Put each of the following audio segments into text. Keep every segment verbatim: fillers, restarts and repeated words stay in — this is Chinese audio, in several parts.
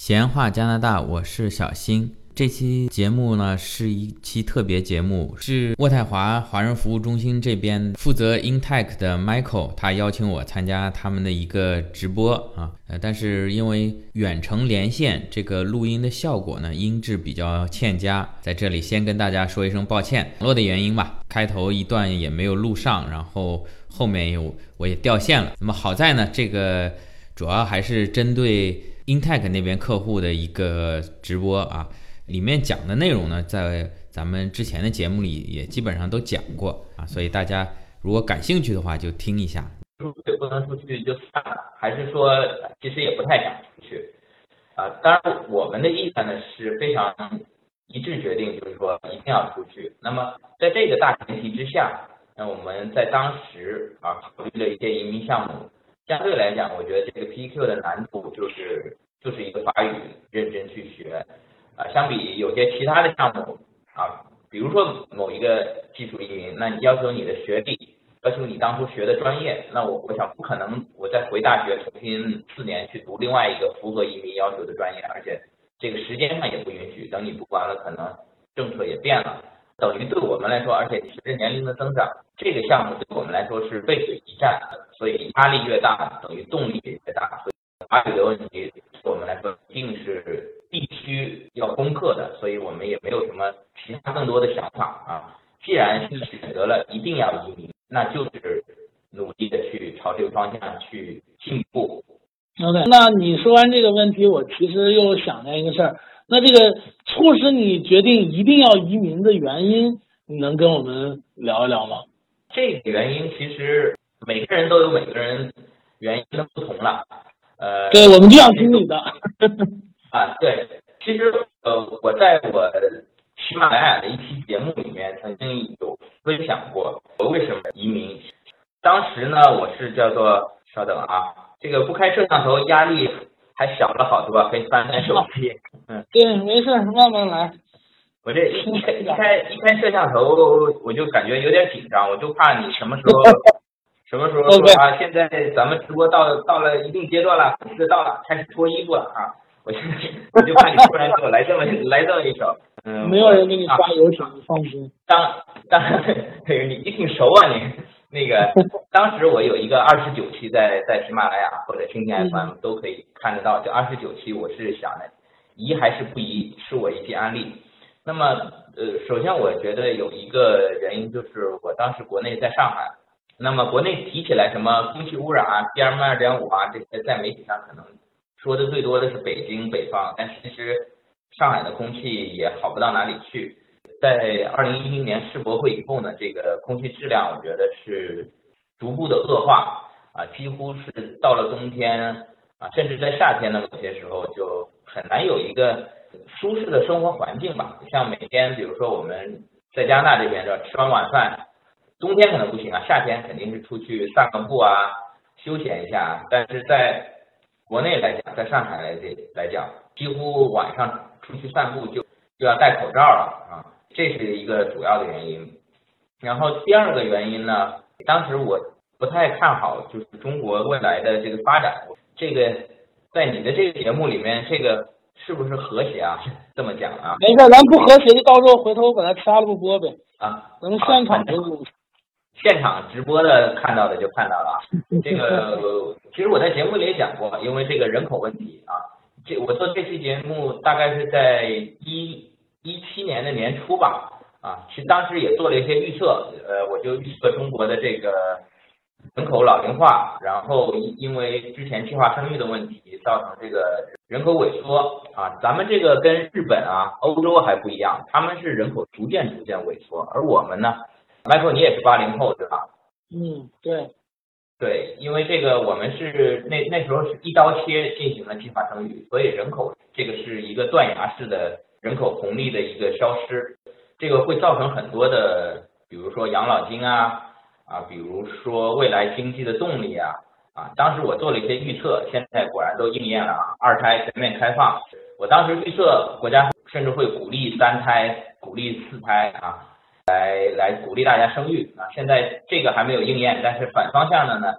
闲话加拿大，我是小新。这期节目呢是一期特别节目，是渥太华华人服务中心这边负责 Intech 的 Michael， 他邀请我参加他们的一个直播啊，呃，但是因为远程连线，这个录音的效果呢音质比较欠佳，在这里先跟大家说一声抱歉，网络的原因吧，开头一段也没有录上，然后后面有我也掉线了。那么好在呢，这个主要还是针对 Intech 那边客户的一个直播啊，里面讲的内容呢，在咱们之前的节目里也基本上都讲过啊，所以大家如果感兴趣的话就听一下。 出去不能出去就算了，还是说其实也不太想出去啊？当然，我们的意见呢是非常一致决定，就是说一定要出去。那么在这个大前提之下，那我们在当时啊考虑了一些移民项目。相对来讲，我觉得这个 P Q 的难度就是就是一个法语认真去学啊，相比有些其他的项目啊，比如说某一个技术移民，那你要求你的学历，要求你当初学的专业，那我我想不可能我再回大学重新四年去读另外一个符合移民要求的专业，而且这个时间上也不允许，等你读完了，可能政策也变了。等于对我们来说，而且随着年龄的增长，这个项目对我们来说是背水一战，所以压力越大，等于动力也越大。所以法语的问题对我们来说一定是必须要攻克的，所以我们也没有什么其他更多的想法啊。既然选择了一定要移民，那就是努力的去朝这个方向去进步。 OK， 那你说完这个问题，我其实又想到一个事儿。那这个促使你决定一定要移民的原因，你能跟我们聊一聊吗？ 这个原因其实每个人都有每个人原因的不同了。呃， 对，我们就想听你的。 啊，对，其实呃，我在我喜马拉雅的一期节目里面曾经有分享过我为什么移民。当时呢，我是叫做稍等啊，这个不开摄像头压力还小了好多，可以翻翻手机。嗯， 对，没事，慢慢来。 我这一开一开一开摄像头，我就感觉有点紧张，我就怕你什么时候什么时候说啊，现在咱们直播到到了一定阶段了，粉丝到了，开始脱衣服了啊！我现在我就怕你突然给我来这么来这么一首，嗯， 没有人给你刷油条，你放心。 当当对，你你挺熟啊你。那个当时我有一个二十九期在在喜马拉雅或者蜻蜓 F M 都可以看得到，这二十九期我是想的移还是不移，是我一些案例。那么呃，首先我觉得有一个原因就是我当时国内在上海，那么国内提起来什么空气污染啊 P M 二点五 啊，这些在媒体上可能说的最多的是北京北方，但其实上海的空气也好不到哪里去。在二零一零年世博会以后呢，这个空气质量我觉得是逐步的恶化啊，几乎是到了冬天啊，甚至在夏天的某些时候就很难有一个舒适的生活环境吧。像每天比如说我们在加拿大这边的吃完晚饭，冬天可能不行啊，夏天肯定是出去散个步啊，休闲一下。但是在国内来讲，在上海来来讲，几乎晚上出去散步就就要戴口罩了啊。这是一个主要的原因，然后第二个原因呢，当时我不太看好就是中国未来的这个发展，这个在你的这个节目里面，这个是不是和谐啊？这么讲啊？ 没事，咱不和谐就到时候回头把它掐了不播呗。 啊， 咱们现场就现场直播的看到的就看到了啊。这个其实我在节目里也讲过，因为这个人口问题啊，这我做这期节目大概是在一。一七年的年初吧，啊，其实当时也做了一些预测，呃，我就预测中国的这个人口老龄化，然后因为之前计划生育的问题，造成这个人口萎缩啊。咱们这个跟日本啊、欧洲还不一样，他们是人口逐渐逐渐萎缩，而我们呢，麦克你也是八零后对吧？ 嗯，对。 对，因为这个我们是那那时候是一刀切进行了计划生育，所以人口这个是一个断崖式的人口红利的一个消失，这个会造成很多的，比如说养老金啊啊，比如说未来经济的动力啊啊，当时我做了一些预测，现在果然都应验了啊，二胎全面开放，我当时预测国家甚至会鼓励三胎，鼓励四胎啊。来来鼓励大家生育啊！现在这个还没有应验，但是反方向的呢，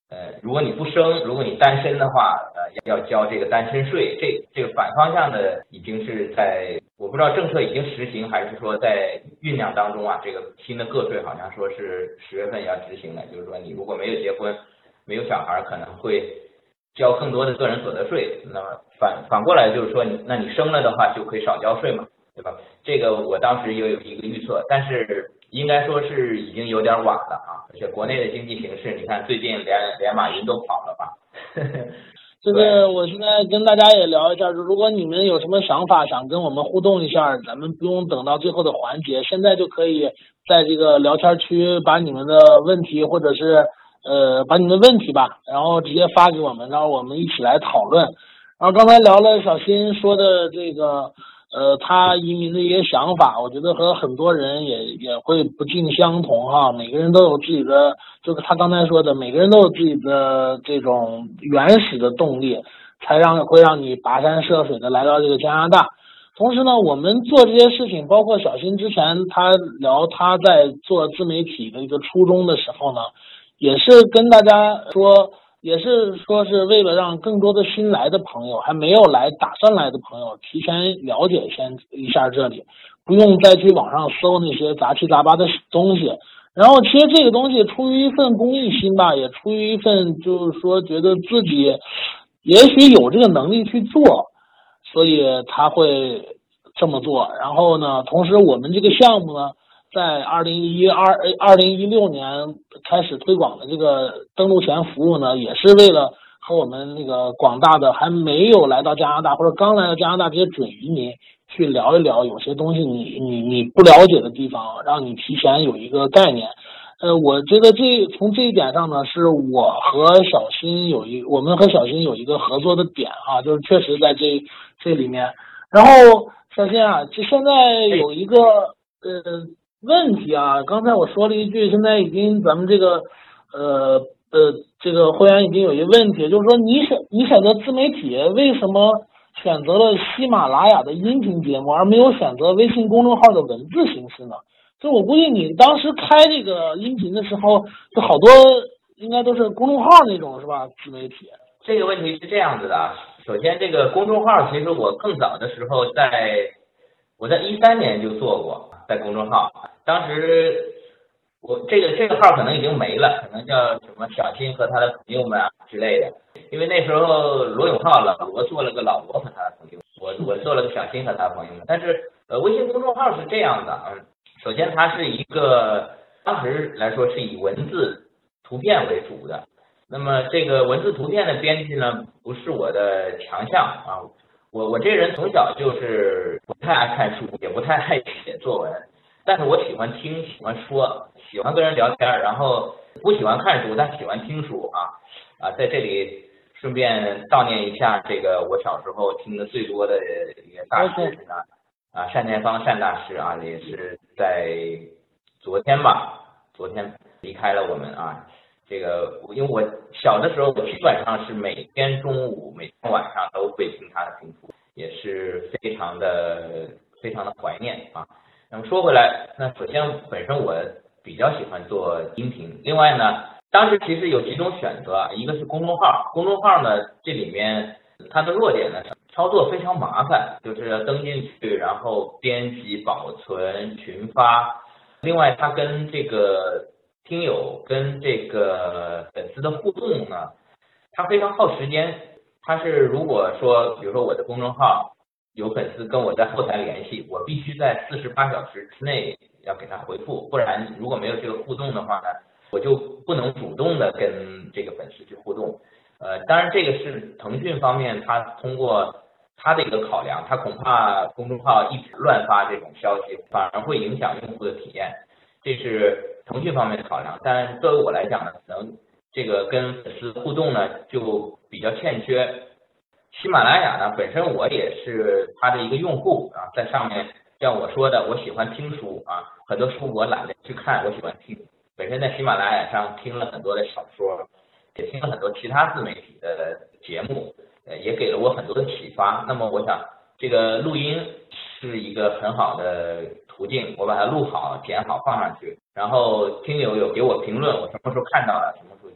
呃，如果你不生，如果你单身的话，呃，要交这个单身税。这这个反方向的已经是在，我不知道政策已经实行还是说在酝酿当中啊。这个新的个税好像说是十月份要执行的，就是说你如果没有结婚，没有小孩，可能会交更多的个人所得税。那么反反过来就是说你，那你生了的话就可以少交税嘛，对吧？这个我当时也有一个预测，但是应该说是已经有点晚了啊，而且国内的经济形势，你看最近连连马云都跑了吧。 这个我现在跟大家也聊一下，如果你们有什么想法想跟我们互动一下，咱们不用等到最后的环节，现在就可以在这个聊天区把你们的问题或者是呃把你们的问题吧，然后直接发给我们，然后我们一起来讨论。然后刚才聊了小新说的这个呃，他移民的一些想法，我觉得和很多人也也会不尽相同哈。每个人都有自己的，就是他刚才说的，每个人都有自己的这种原始的动力，才让会让你跋山涉水的来到这个加拿大。同时呢，我们做这些事情，包括小新之前他聊他在做自媒体的一个初衷的时候呢，也是跟大家说。也是说是为了让更多的新来的朋友，还没有来打算来的朋友提前了解先一下这里，不用再去网上搜那些杂七杂八的东西。然后其实这个东西出于一份公益心吧，也出于一份就是说觉得自己也许有这个能力去做，所以他会这么做。然后呢，同时我们这个项目呢，在二零一二二零一六年开始推广的这个登陆前服务呢，也是为了和我们那个广大的还没有来到加拿大或者刚来到加拿大这些准移民去聊一聊，有些东西你你你不了解的地方，让你提前有一个概念。呃，我觉得这从这一点上呢，是我和小新有一我们和小新有一个合作的点啊，就是确实在这这里面。然后小新啊，就现在有一个呃。问题啊，刚才我说了一句，现在已经咱们这个呃呃这个会员已经有一个问题，就是说你选你选择自媒体，为什么选择了喜马拉雅的音频节目，而没有选择微信公众号的文字形式呢？就我估计你当时开这个音频的时候，就好多应该都是公众号那种是吧？自媒体这个问题是这样子的啊，首先这个公众号其实我更早的时候在我在一三年就做过。在公众号，当时我这个这个号可能已经没了，可能叫什么小新和他的朋友们啊之类的。因为那时候罗永浩老罗做了个老罗和他的朋友，我我做了个小新和他的朋友们。但是呃，微信公众号是这样的，嗯，首先它是一个当时来说是以文字、图片为主的。那么这个文字图片的编辑呢，不是我的强项啊。我我这人从小就是不太爱看书，也不太爱写作文，但是我喜欢听，喜欢说，喜欢跟人聊天，然后不喜欢看书，但喜欢听书啊啊，在这里顺便悼念一下这个我小时候听的最多的一个大师呢啊，单田芳单大师啊，也是在昨天吧，昨天离开了我们啊。这个因为我小的时候，我基本上是每天中午、每天晚上都会听他的评书，也是非常的、非常的怀念啊。那么说回来，那首先本身我比较喜欢做音频，另外呢，当时其实有几种选择，一个是公众号，公众号呢这里面它的弱点呢，操作非常麻烦，就是要登进去，然后编辑、保存、群发，另外它跟这个听友跟这个粉丝的互动呢，它非常耗时间。它是如果说，比如说我的公众号有粉丝跟我在后台联系，我必须在四十八小时之内要给他回复，不然如果没有这个互动的话呢，我就不能主动的跟这个粉丝去互动。呃，当然这个是腾讯方面，它通过它的一个考量，它恐怕公众号一直乱发这种消息，反而会影响用户的体验。这是腾讯方面的考量，但作为我来讲呢，可能这个跟粉丝互动呢就比较欠缺。喜马拉雅呢，本身我也是它的一个用户啊，在上面像我说的，我喜欢听书啊，很多书我懒得去看，我喜欢听。本身在喜马拉雅上听了很多的小说，也听了很多其他自媒体的节目，呃，也给了我很多的启发。那么我想，这个录音是一个很好的途径，我把它录好、剪好放上去，然后听友有给我评论，我什么时候看到了，什么时候就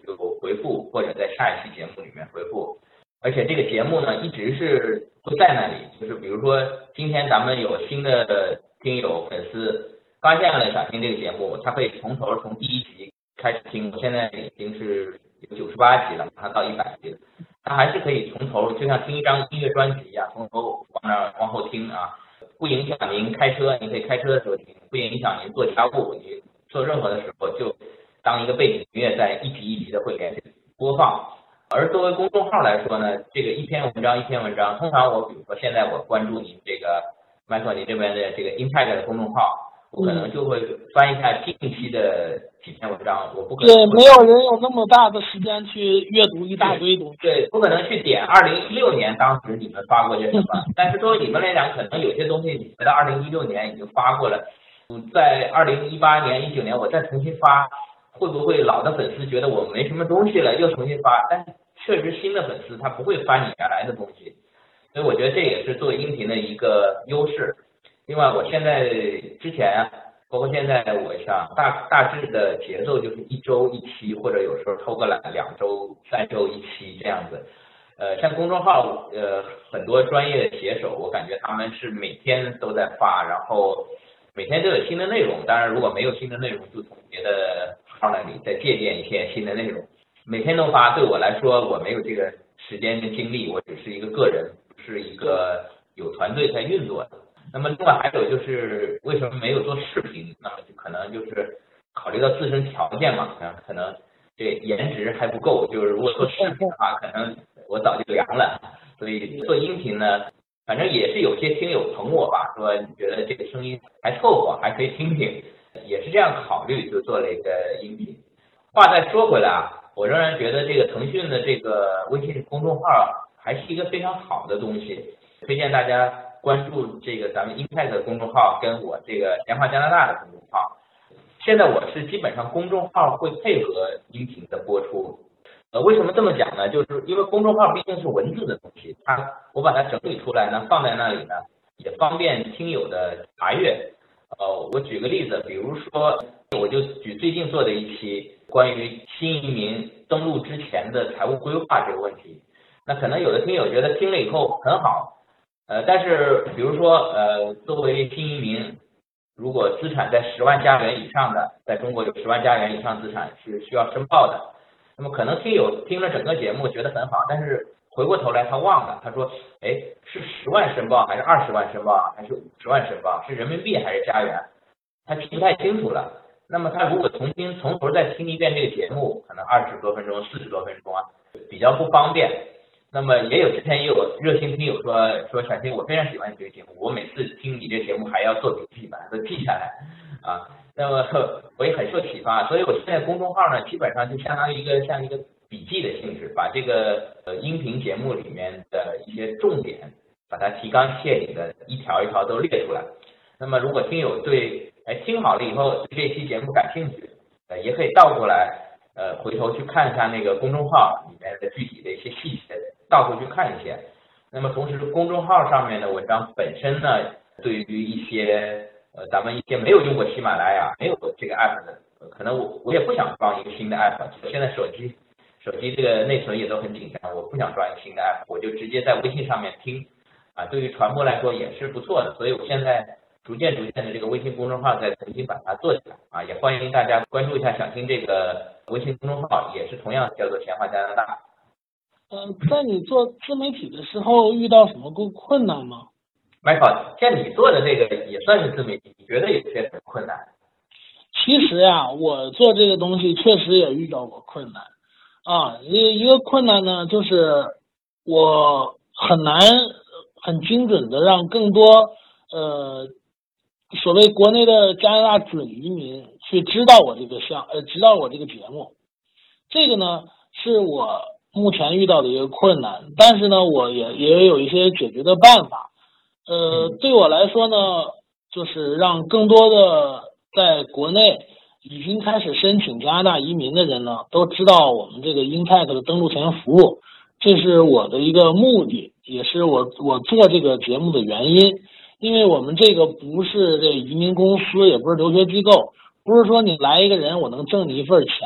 回复，或者在下一期节目里面回复。而且这个节目呢，一直是会在那里，就是比如说今天咱们有新的听友粉丝发现了小新这个节目，他可以从头从第一集开始听，现在已经是有九十八集了，马上到一百集了，他还是可以从头就像听一张音乐专辑一样，从头往那往后听啊，不影响您开车，您可以开车的时候听，不影响您做家务，你做任何的时候就当一个背景音乐在一集一集的会连续播放。而作为公众号来说呢，这个一篇文章一篇文章，通常我比如说现在我关注您这个Michael您这边的这个 Impact 的公众号，我可能就会翻一下近期的几篇文章，我不可能对，没有人有那么大的时间去阅读一大堆东西， 对，不可能去点二零一六年当时你们发过些什么，但是作为你们来讲，可能有些东西你觉得二零一六年已经发过了，在二零一八年一九年我再重新发，会不会老的粉丝觉得我没什么东西了又重新发？但是确实新的粉丝他不会翻你原来的东西，所以我觉得这也是做音频的一个优势。另外我现在之前啊，包括现在我想大大致的节奏就是一周一期，或者有时候偷个懒两周三周一期这样子。呃，像公众号呃很多专业的写手，我感觉他们是每天都在发，然后每天都有新的内容，当然如果没有新的内容就从别的号那里再借鉴一些新的内容，每天都发，对我来说我没有这个时间跟精力，我只是一个个人，不是一个有团队在运作的。那么另外还有就是为什么没有做视频，那么就可能就是考虑到自身条件嘛，可能这颜值还不够，就是如果做视频的话可能我早就凉了，所以做音频呢反正也是有些听友捧我吧，说你觉得这个声音还凑合，还可以听听，也是这样考虑就做了一个音频。话再说回来啊，我仍然觉得这个腾讯的这个微信公众号还是一个非常好的东西，推荐大家关注这个咱们 Impact 的公众号跟我这个闲话加拿大的公众号。现在我是基本上公众号会配合音频的播出。呃，为什么这么讲呢？就是因为公众号毕竟是文字的东西，它我把它整理出来呢，放在那里呢，也方便听友的查阅。呃，我举个例子，比如说，我就举最近做的一期关于新移民登陆之前的财务规划这个问题。那可能有的听友觉得听了以后很好，呃，但是比如说，呃，作为新移民，如果资产在十万加元以上的，在中国有十万加元以上资产是需要申报的。那么可能听友听了整个节目觉得很好，但是回过头来他忘了，他说，哎，是十万申报还是二十万申报还是五十万申报，是人民币还是加元，他记不太清楚了。那么他如果重新从头再听一遍这个节目，可能二十多分钟四十多分钟啊，比较不方便。那么也有之前也有热心听友说说小新，我非常喜欢你这个节目，我每次听你这个节目还要做笔记，把它都记下来啊。那么我也很受启发，所以我现在公众号呢，基本上就相当于一个像一个笔记的性质，把这个呃音频节目里面的一些重点，把它提纲挈领的一条一条都列出来。那么如果听友对哎听好了以后对这期节目感兴趣，呃也可以倒过来呃回头去看一下那个公众号里面的具体的一些细节，倒回去看一些。那么同时公众号上面的文章本身呢，对于一些呃咱们一些没有用过喜马拉雅没有这个 app 的，可能我我也不想装一个新的 app， 现在手机手机这个内存也都很紧张，我不想装一个新的 app， 我就直接在微信上面听啊，对于传播来说也是不错的。所以我现在逐渐逐渐的这个微信公众号在重新把它做起来啊，也欢迎大家关注一下小新这个微信公众号，也是同样叫做闲话加拿大。 嗯、呃，在你做自媒体的时候遇到什么困难吗 ？Michael， 像你做的这个也算是自媒体，你觉得有些什么困难？ 其实呀，我做这个东西确实也遇到过困难啊。一一个困难呢，就是我很难很精准的让更多呃所谓国内的加拿大准移民去知道我这个项呃知道我这个节目。这个呢是我目前遇到的一个困难，但是呢我也也有一些解决的办法。呃，对我来说呢，就是让更多的在国内已经开始申请加拿大移民的人呢，都知道我们这个 Impact 的登陆前服务，这是我的一个目的，也是我我做这个节目的原因。因为我们这个不是这移民公司，也不是留学机构，不是说你来一个人我能挣你一份钱，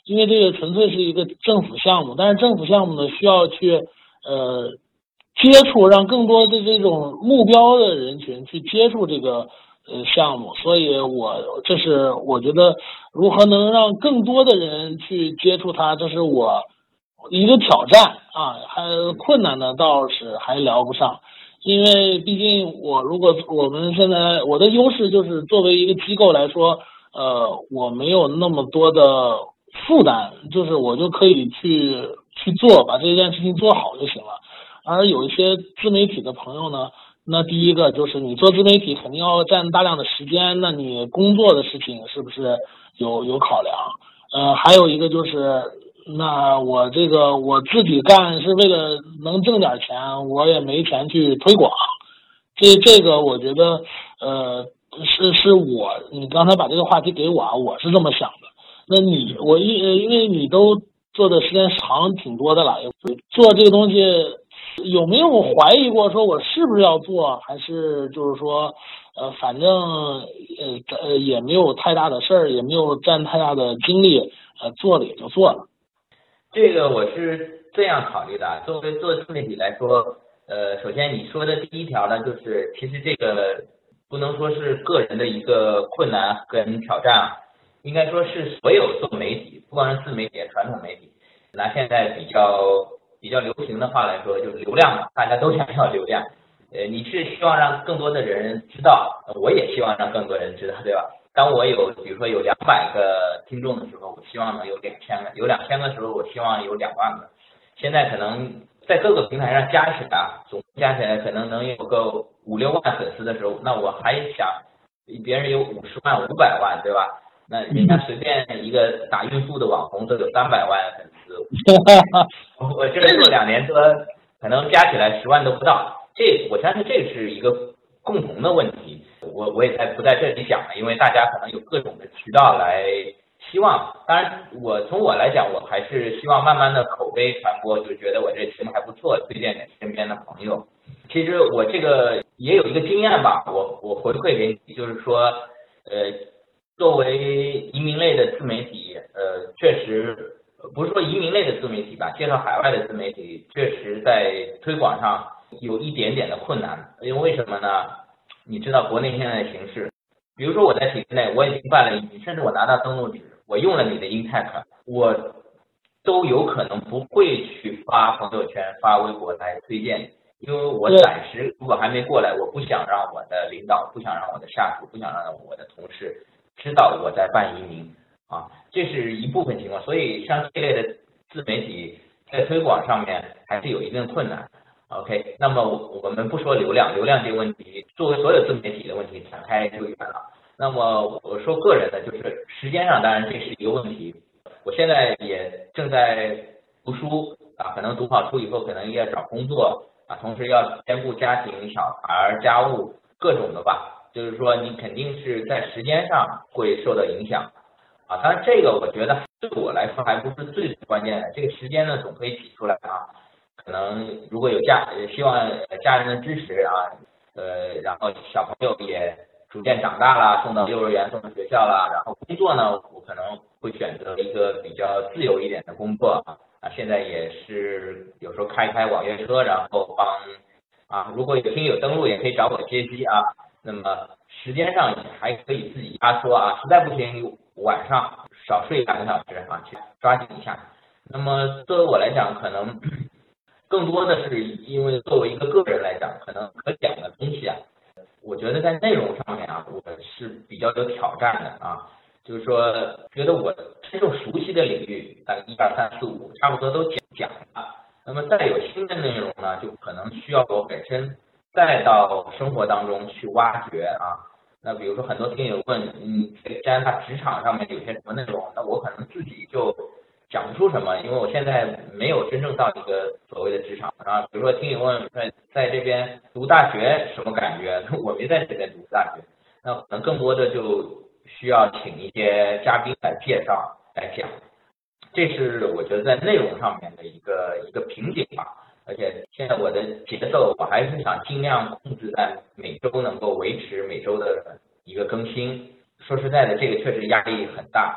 因为这个纯粹是一个政府项目，但是政府项目呢需要去呃接触，让更多的这种目标的人群去接触这个呃项目，所以我这是我觉得如何能让更多的人去接触它，这是我一个挑战啊，还困难的倒是还聊不上。因为毕竟我如果我们现在我的优势就是作为一个机构来说，呃，我没有那么多的负担，就是我就可以去去做，把这件事情做好就行了。而有一些自媒体的朋友呢，那第一个就是你做自媒体肯定要占大量的时间，那你工作的事情是不是有有考量？呃，还有一个就是。那我这个我自己干是为了能挣点钱，我也没钱去推广。这这个我觉得，呃，是是我你刚才把这个话题给我啊，我是这么想的。那你我因因为你都做的时间长挺多的了，做这个东西有没有怀疑过说我是不是要做，还是就是说呃反正呃呃也没有太大的事儿，也没有占太大的精力，呃做了也就做了。 这个我是这样考虑的，作为做自媒体来说，呃，首先你说的第一条呢，就是其实这个不能说是个人的一个困难跟挑战啊，应该说是所有做媒体，不光是自媒体，传统媒体，拿现在比较比较流行的话来说，就是流量嘛，大家都想要流量，呃，你是希望让更多的人知道，我也希望让更多人知道，对吧？当我有比如说有两百个听众的时候，我希望能有两千个；有两千个的时候，我希望有两万个。现在可能在各个平台上加起来，总加起来可能能有个五六万粉丝的时候，那我还想别人有五十万、五百万，对吧？那人家随便一个打孕妇的网红都有三百万粉丝，我这做两年多，可能加起来十万都不到。这我相信这是一个共同的问题。我我也在不在这里讲了，因为大家可能有各种的渠道来希望，当然我从我来讲，我还是希望慢慢的口碑传播，就觉得我这节目还不错，推荐给身边的朋友。其实我这个也有一个经验吧，我我回馈给你，就是说，呃，作为移民类的自媒体，呃，确实不是说移民类的自媒体吧，介绍海外的自媒体，确实在推广上有一点点的困难，因为为什么呢？你知道国内现在的形势，比如说我在体制内，我已经办了移民，甚至我拿到登录纸，我用了你的 InTech， 我都有可能不会去发朋友圈、发微博来推荐你，因为我暂时如果还没过来，我不想让我的领导、不想让我的下属、不想让我的同事知道我在办移民啊，这是一部分情况。所以像这类的自媒体在推广上面还是有一定困难。OK， 那么我们不说流量，流量这个问题，作为所有自媒体的问题展开就远了。那么我说个人的，就是时间上，当然这是一个问题。我现在也正在读书啊，可能读好书以后，可能要找工作啊，同时要兼顾家庭、小孩、家务各种的吧。就是说，你肯定是在时间上会受到影响啊。当然，这个我觉得对我来说还不是最关键的，这个时间呢总可以挤出来啊。可能如果有家，希望家人的支持啊，呃，然后小朋友也逐渐长大了，送到幼儿园、送到学校了，然后工作呢，我可能会选择一个比较自由一点的工作啊，现在也是有时候开开网约车，然后帮啊，如果有听友登录也可以找我接机啊，那么时间上还可以自己压缩啊，实在不行晚上少睡两个小时啊，去抓紧一下。那么作为我来讲，可能更多的是因为作为一个个人来讲，可能可讲的东西啊，我觉得在内容上面啊，我是比较有挑战的啊，就是说觉得我真正熟悉的领域，大概一二三四五差不多都讲讲了，那么再有新的内容呢，就可能需要我本身再到生活当中去挖掘啊。那比如说很多听友问，嗯，加拿大职场上面有些什么内容，那我可能自己就讲不出什么，因为我现在没有真正到一个所谓的职场啊。比如说听友问在在这边读大学什么感觉，我没在这边读大学，那可能更多的就需要请一些嘉宾来介绍来讲，这是我觉得在内容上面的一个一个瓶颈吧。而且现在我的节奏，我还是想尽量控制在每周能够维持每周的一个更新。说实在的，这个确实压力很大啊。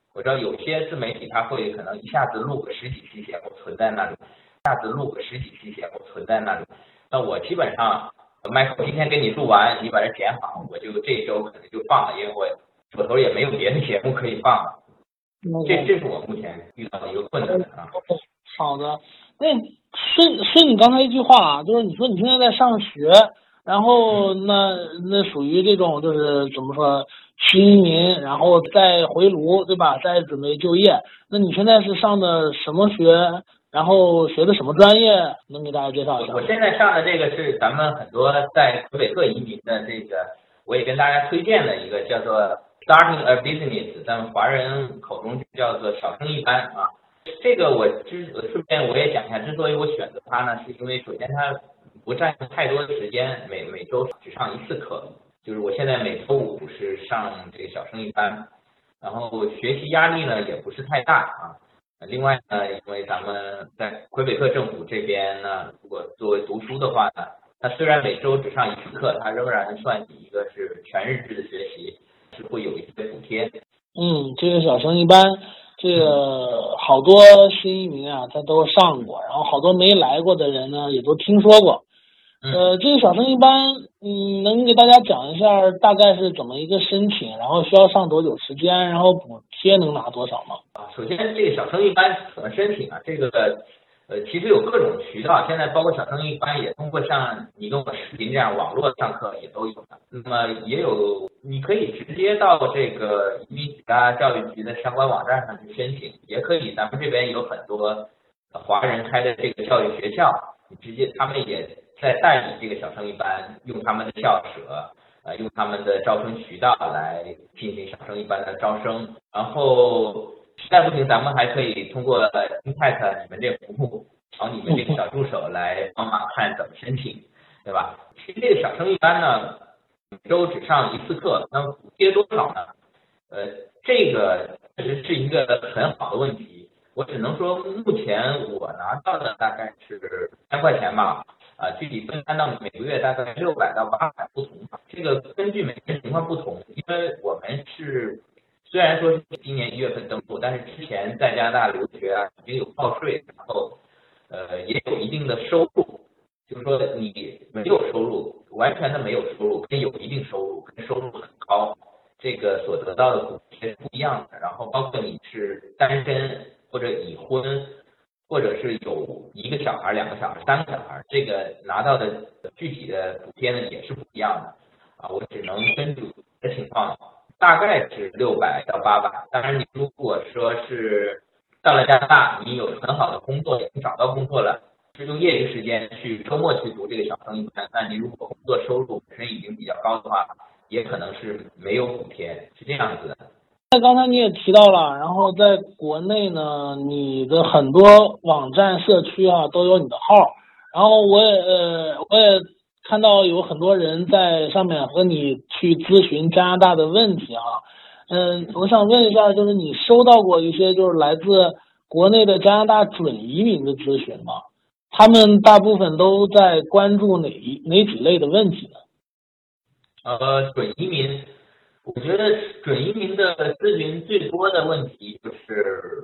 我知道有些自媒体它会可能一下子录个十几期节目存在那里，一下子录个十几期节目存在那里。那我基本上，Michael 今天给你录完，你把它剪好，我就这周可能就放了，因为我手头也没有别的节目可以放了。这这是我目前遇到的一个困难啊。 好的，那顺顺你刚才一句话啊，就是你说你现在在上学，然后那那属于这种就是怎么说新移民，然后再回炉，对吧？再准备就业。那你现在是上的什么学？然后学的什么专业？能给大家介绍一下？ 我现在上的这个是咱们很多在魁北克移民的这个，我也跟大家推荐的一个叫做 Starting a Business， 咱们华人口中就叫做小生意班啊。这个我之顺便我也讲一下，之所以我选择它呢，是因为首先它不占用太多的时间，每每周只上一次课，就是我现在每周五是上这个小生意班，然后学习压力呢也不是太大啊。另外呢，因为咱们在魁北克政府这边呢，如果作为读书的话呢，它虽然每周只上一次课，它仍然算你一个是全日制的学习，是会有一些补贴。 嗯，这个小生意班，这个好多新移民啊，他都上过，然后好多没来过的人呢，也都听说过。呃，这个小生意班，嗯，能给大家讲一下大概是怎么一个申请，然后需要上多久时间，然后补贴能拿多少吗？ 啊，首先这个小生意班怎么申请啊？这个呃，其实有各种渠道，现在包括小生意班也通过像你跟我视频这样网络上课也都有的。那么也有，你可以直接到这个移民局啊、教育局的相关网站上去申请，也可以，咱们这边有很多华人开的这个教育学校，你直接他们也在代理这个小生意班，用他们的校舍，呃，用他们的招生渠道来进行小生意班的招生。然后实在不行，咱们还可以通过 Intech 你们这服务，找你们这个小助手来帮忙看怎么申请，对吧？其实这个小生意班呢，每周只上一次课，那么补贴多少呢？呃，这个确实是一个很好的问题。我只能说，目前我拿到的大概是三块钱吧。啊，具体分担到每个月大概六百到八百不同，这个根据每个人情况不同，因为我们是虽然说是今年一月份登陆，但是之前在加拿大留学啊，已经有报税，然后呃也有一定的收入，就是说你没有收入，完全的没有收入，跟有一定收入，跟收入很高，这个所得到的补贴是不一样的。然后包括你是单身或者已婚，或者是有一个小孩、两个小孩、三个小孩，这个拿到的具体的补贴呢也是不一样的啊。我只能根据我的情况，大概是六百到八百。当然，你如果说是到了加拿大，你有很好的工作，已经找到工作了，是用业余时间去周末去读这个小生意班，那你如果工作收入本身已经比较高的话，也可能是没有补贴，是这样子的。 那刚才你也提到了，然后在国内呢，你的很多网站、社区啊都有你的号，然后我也呃我也看到有很多人在上面和你去咨询加拿大的问题啊，嗯，我想问一下，就是你收到过一些就是来自国内的加拿大准移民的咨询吗？他们大部分都在关注哪一哪几类的问题呢？ 呃，准移民。我觉得准移民的咨询最多的问题就是，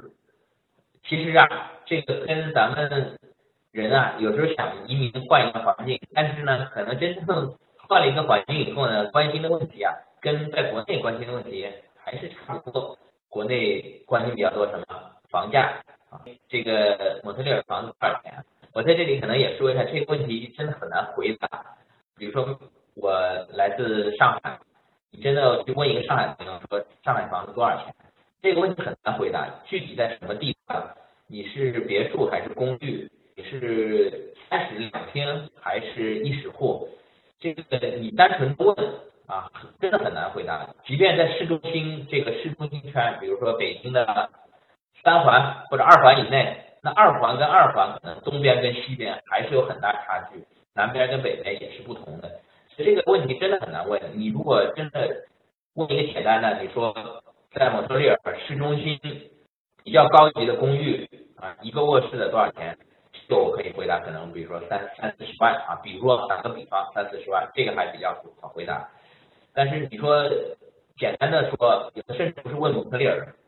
其实啊，这个跟咱们人啊，有时候想移民换一个环境，但是呢，可能真正换了一个环境以后呢，关心的问题啊，跟在国内关心的问题还是差不多。国内关心比较多什么？房价啊，这个蒙特利尔房子多少钱？我在这里可能也说一下，这个问题真的很难回答。比如说，我来自上海。你真的要去问一个上海朋友说上海房子多少钱？这个问题很难回答。具体在什么地方？你是别墅还是公寓？你是三室两厅还是一室户？这个你单纯问啊，真的很难回答。即便在市中心这个市中心圈，比如说北京的三环或者二环以内，那二环跟二环可能东边跟西边还是有很大差距，南边跟北边也是不同的。这个问题真的很难问。你如果真的问一个简单的，你说在蒙特利尔市中心比较高级的公寓啊，一个卧室的多少钱？这个我可以回答，可能比如说三三四十万啊，比如说打个比方，三四十万，这个还比较好回答。但是你说简单的说，有的甚至不是问蒙特利尔，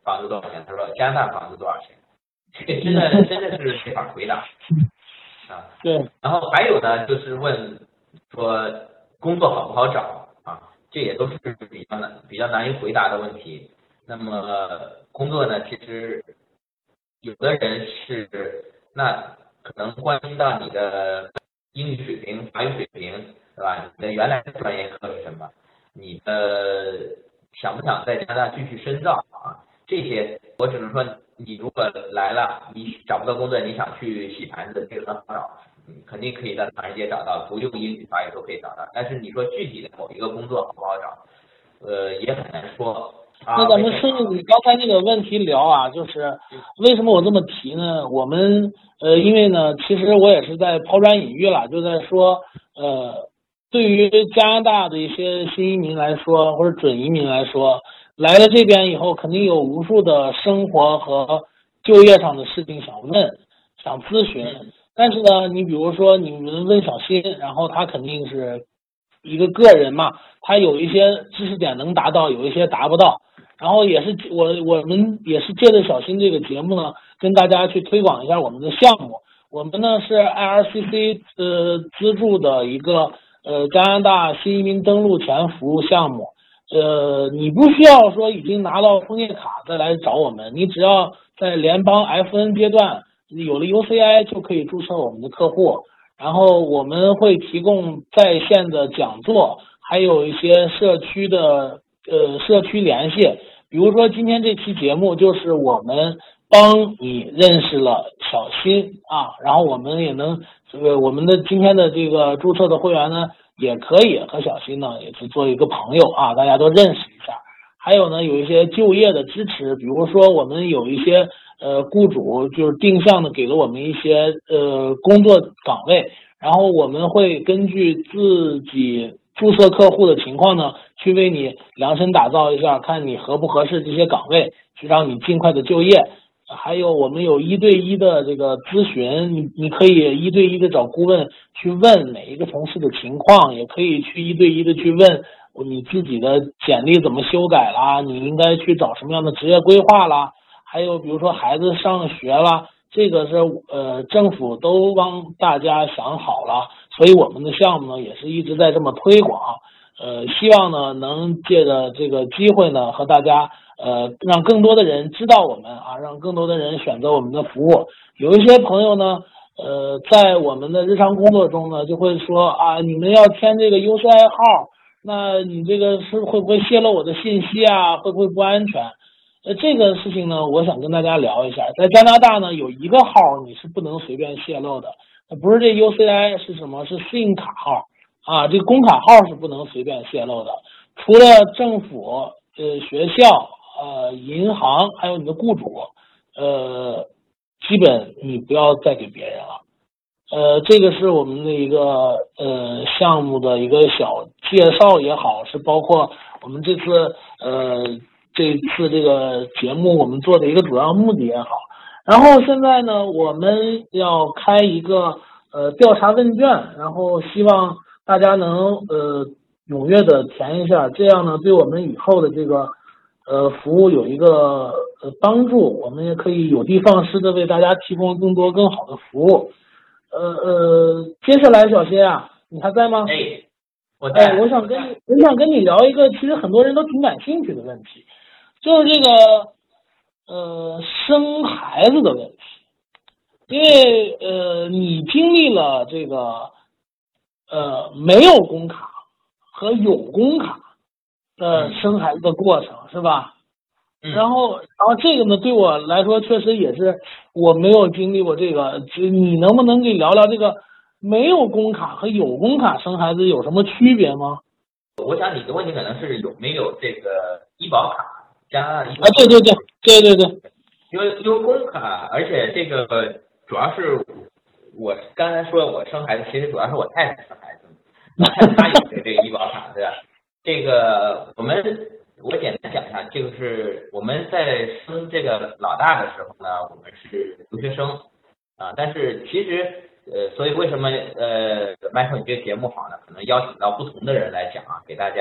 房子多少钱？他说加拿大房子多少钱？这个真的真的是没法回答啊。 对。 然后还有呢，就是问说工作好不好找啊？这也都是比较难比较难以回答的问题。那么工作呢，其实有的人是那可能关心到你的英语水平、法语水平，对吧？你的原来的专业课是什么？你的想不想在加拿大继续深造啊？这些我只能说，你如果来了，你找不到工作，你想去洗盘子，这个很好找，你肯定可以在唐人街找到，不用英语法语都可以找到。但是你说具体的某一个工作好不好找，呃，也很难说。 那咱们顺着你刚才那个问题聊啊，就是为什么我这么提呢？我们呃，因为呢，其实我也是在抛砖引玉了，就在说呃，对于加拿大的一些新移民来说，或者准移民来说，来了这边以后，肯定有无数的生活和就业上的事情想问、想咨询。但是呢，你比如说你们问小新，然后他肯定是一个个人嘛，他有一些知识点能达到，有一些达不到。然后也是我我们也是借着小新这个节目呢，跟大家去推广一下我们的项目。我们呢是 I R C C 呃资助的一个呃加拿大新移民登陆前服务项目。呃，你不需要说已经拿到枫叶卡再来找我们，你只要在联邦 F N 阶段有了 U C I 就可以注册我们的客户。然后我们会提供在线的讲座，还有一些社区的呃社区联系。比如说今天这期节目就是我们帮你认识了小新啊，然后我们也能这个我们的今天的这个注册的会员呢，也可以和小新呢也是做一个朋友啊，大家都认识一下。还有呢，有一些就业的支持，比如说我们有一些呃雇主就是定向的给了我们一些呃工作岗位，然后我们会根据自己注册客户的情况呢，去为你量身打造一下，看你合不合适这些岗位，去让你尽快的就业。还有我们有一对一的这个咨询，你你可以一对一的找顾问去问哪一个城市的情况，也可以去一对一的去问你自己的简历怎么修改啦，你应该去找什么样的职业规划啦，还有比如说孩子上学啦，这个是呃政府都帮大家想好了，所以我们的项目呢也是一直在这么推广，呃，希望呢能借着这个机会呢和大家呃让更多的人知道我们啊，让更多的人选择我们的服务。有一些朋友呢，呃，在我们的日常工作中呢就会说啊，你们要填这个 U C I 号，那你这个是会不会泄露我的信息啊？会不会不安全？呃，这个事情呢，我想跟大家聊一下。在加拿大呢，有一个号你是不能随便泄露的，不是这 U C I 是什么？是信用卡号啊，这个工卡号是不能随便泄露的。除了政府、呃学校、呃银行，还有你的雇主，呃，基本你不要再给别人了。呃，这个是我们的一个呃项目的一个小介绍也好，是包括我们这次呃这次这个节目我们做的一个主要目的也好。然后现在呢，我们要开一个呃调查问卷，然后希望大家能呃踊跃的填一下，这样呢对我们以后的这个呃服务有一个呃帮助，我们也可以有的放矢的为大家提供更多更好的服务。呃呃，接下来小新啊，你还在吗？ 哎，我在。 哎，我想跟你，我想跟你聊一个其实很多人都挺感兴趣的问题，就是这个呃生孩子的问题。因为呃你经历了这个呃没有工卡和有工卡的生孩子的过程，是吧？ 嗯、 然后，然后这个呢，对我来说确实也是我没有经历过这个。你能不能给聊聊这个没有工卡和有工卡生孩子有什么区别吗？ 我想你的问题可能是有没有这个医保卡，加拿大医保卡。 啊，对对对对对对， 有有工卡，而且这个主要是我刚才说我生孩子，其实主要是我太太生孩子，我太太有这个医保卡，对吧？这个我们。我简单讲一下，就是我们在生这个老大的时候呢，我们是留学生啊，但是其实呃，所以为什么呃，Michael 你这个节目好呢？可能邀请到不同的人来讲啊，给大家不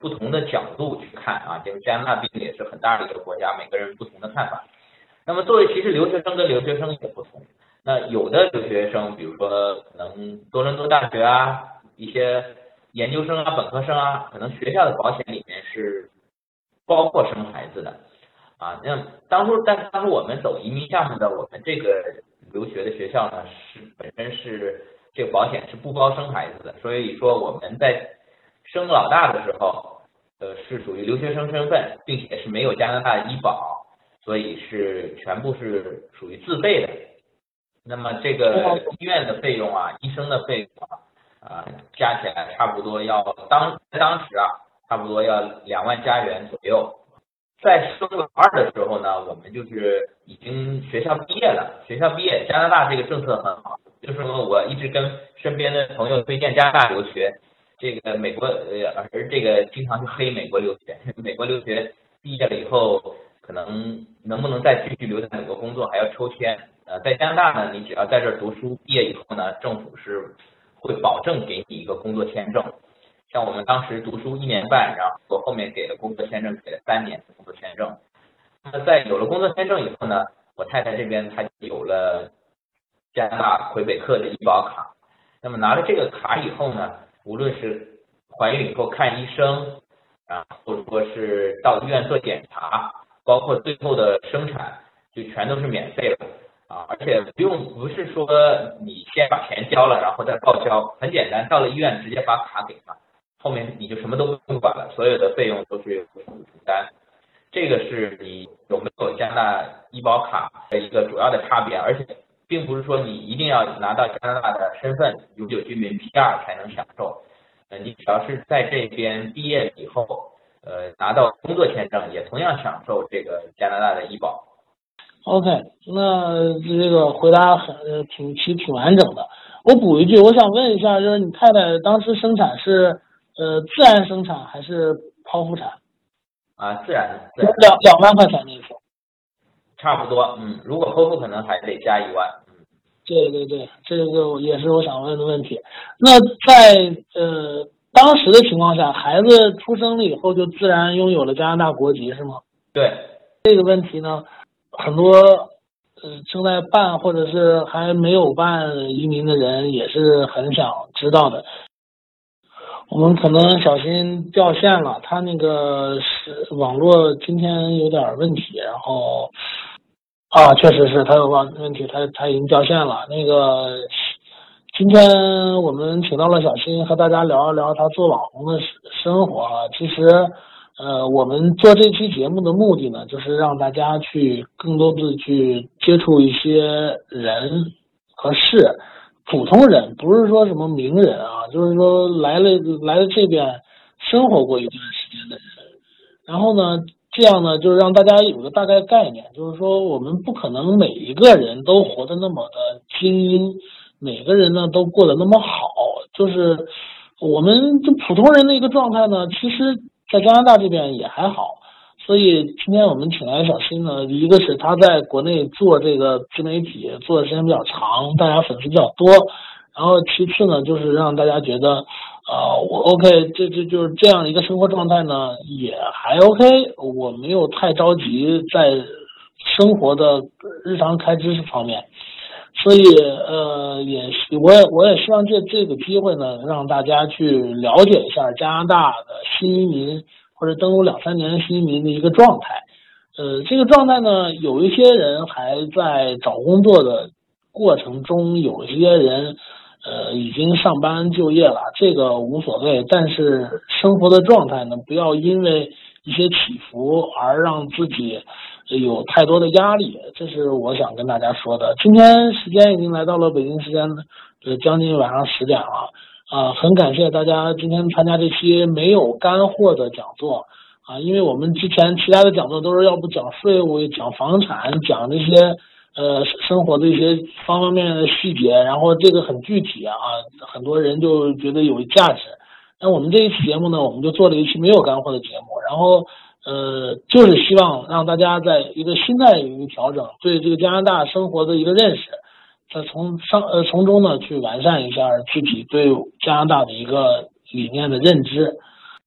不同的角度去看啊，因为加拿大毕竟也是很大的一个国家，每个人不同的看法。那么作为其实留学生跟留学生也不同，那有的留学生，比如说可能多伦多大学啊，一些研究生啊、本科生啊，可能学校的保险里面是包括生孩子的啊。那当初但当初我们走移民项目的，我们这个留学的学校呢，是本身是这个保险是不包生孩子的，所以说我们在生老大的时候，呃，是属于留学生身份，并且是没有加拿大医保。所以是全部是属于自费的，那么这个医院的费用啊，医生的费用啊，啊、呃、加起来差不多要当当时啊，差不多要两万加元左右。在生老二的时候呢，我们就是已经学校毕业了，学校毕业，加拿大这个政策很好，就是说我一直跟身边的朋友推荐加拿大留学，这个美国呃，而这个经常去黑美国留学，美国留学毕业了以后。可能能不能再继续留在美国工作还要抽签，呃，在加拿大呢，你只要在这儿读书，毕业以后呢，政府是会保证给你一个工作签证。像我们当时读书一年半，然后我后面给了工作签证，给了三年的工作签证。那在有了工作签证以后呢，我太太这边她有了加拿大魁北克的医保卡。那么拿了这个卡以后呢，无论是怀孕以后看医生啊，或者说是到医院做检查。包括最后的生产就全都是免费了啊，而且不用不是说你先把钱交了，然后再报销，很简单，到了医院直接把卡给他，后面你就什么都不用管了，所有的费用都是由政府承担。这个是你有没有加拿大医保卡的一个主要的差别，而且并不是说你一定要拿到加拿大的身份永久居民 P R 才能享受，呃，你只要是在这边毕业以后。呃，拿到工作签证也同样享受这个加拿大的医保。 OK， 那这个回答很挺其挺完整的。我补一句，我想问一下，就是你太太当时生产是呃自然生产还是剖腹产？ 啊，自然自然。 两两万块钱那次。 差不多，嗯，如果剖腹可能还得加一万。嗯， 对对对，这个也是我想问的问题。那在呃。当时的情况下，孩子出生了以后就自然拥有了加拿大国籍，是吗？ 对， 这个问题呢，很多呃正在办或者是还没有办移民的人也是很想知道的。我们可能小心掉线了，他那个是网络今天有点问题，然后啊，确实是他有网问题，他他已经掉线了。那个。今天我们请到了小新，和大家聊一聊他做网红的生活啊。其实，呃，我们做这期节目的目的呢，就是让大家去更多的去接触一些人和事，普通人，不是说什么名人啊，就是说来了来了这边生活过一段时间的人。然后呢，这样呢，就是让大家有个大概概念，就是说我们不可能每一个人都活得那么的精英。每个人呢都过得那么好，就是我们这普通人的一个状态呢，其实在加拿大这边也还好。所以今天我们请来小新呢，一个是他在国内做这个自媒体做的时间比较长，大家粉丝比较多，然后其次呢就是让大家觉得呃我 OK 这这就是这样一个生活状态呢也还 OK， 我没有太着急在生活的日常开支方面。所以，呃，也我也我也希望借这个机会呢，让大家去了解一下加拿大的新移民或者登陆两三年新移民的一个状态。呃，这个状态呢，有一些人还在找工作的过程中，有一些人呃已经上班就业了，这个无所谓。但是生活的状态呢，不要因为一些起伏而让自己有太多的压力，这是我想跟大家说的。今天时间已经来到了北京时间呃将近晚上十点了啊、呃，很感谢大家今天参加这期没有干货的讲座啊，因为我们之前其他的讲座都是要不讲税务、讲房产、讲这些呃生活的一些方方面面的细节，然后这个很具体啊，很多人就觉得有价值。那我们这一期节目呢，我们就做了一期没有干货的节目，然后呃，就是希望让大家在一个心态有一个调整，对这个加拿大生活的一个认识，再从上呃从中呢去完善一下自己对加拿大的一个理念的认知。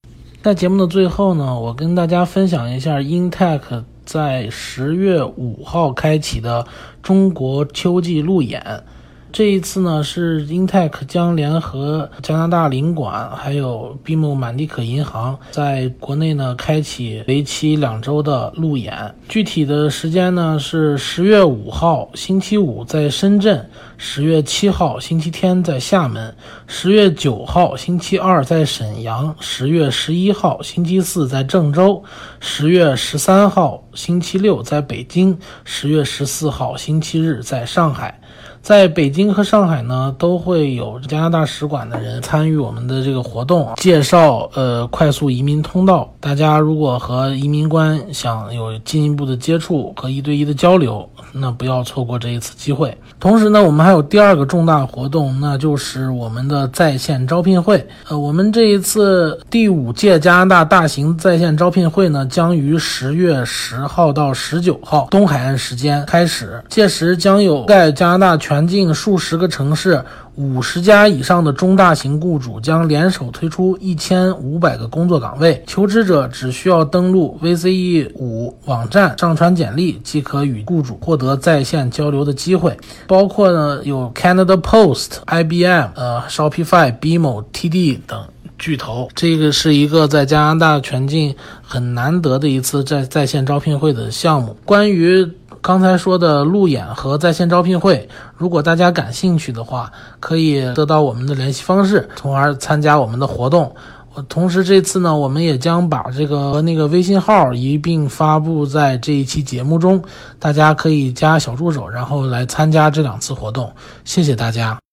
在节目的最后呢，我跟大家分享一下 Intech 在十月五号开启的中国秋季路演。这一次呢，是 Intech 将联合加拿大领馆还有闭目满地可银行在国内呢开启为期两周的路演。具体的时间呢是十月五号星期五在深圳，十月七号星期天在厦门，十月九号星期二在沈阳，十月十一号星期四在郑州，十月十三号星期六在北京，十月十四号星期日在上海。在北京和上海呢，都会有加拿大使馆的人参与我们的这个活动，介绍呃快速移民通道。大家如果和移民官想有进一步的接触和一对一的交流，那不要错过这一次机会。同时呢，我们还有第二个重大活动，那就是我们的在线招聘会。呃，我们这一次第五届加拿大大型在线招聘会呢，将于十月十号到十九号东海岸时间开始，届时将有在加拿大全境数十个城市五十家以上的中大型雇主将联手推出一千五百个工作岗位，求职者只需要登录 V C E 五 网站上传简历即可与雇主获得在线交流的机会，包括呢有 Canada Post、I B M、呃 Shopify、B M O、T D 等巨头。这个是一个在加拿大全境很难得的一次在在线招聘会的项目。关于刚才说的路演和在线招聘会，如果大家感兴趣的话，可以得到我们的联系方式，从而参加我们的活动。同时这次呢，我们也将把这个和那个微信号一并发布在这一期节目中，大家可以加小助手，然后来参加这两次活动。谢谢大家。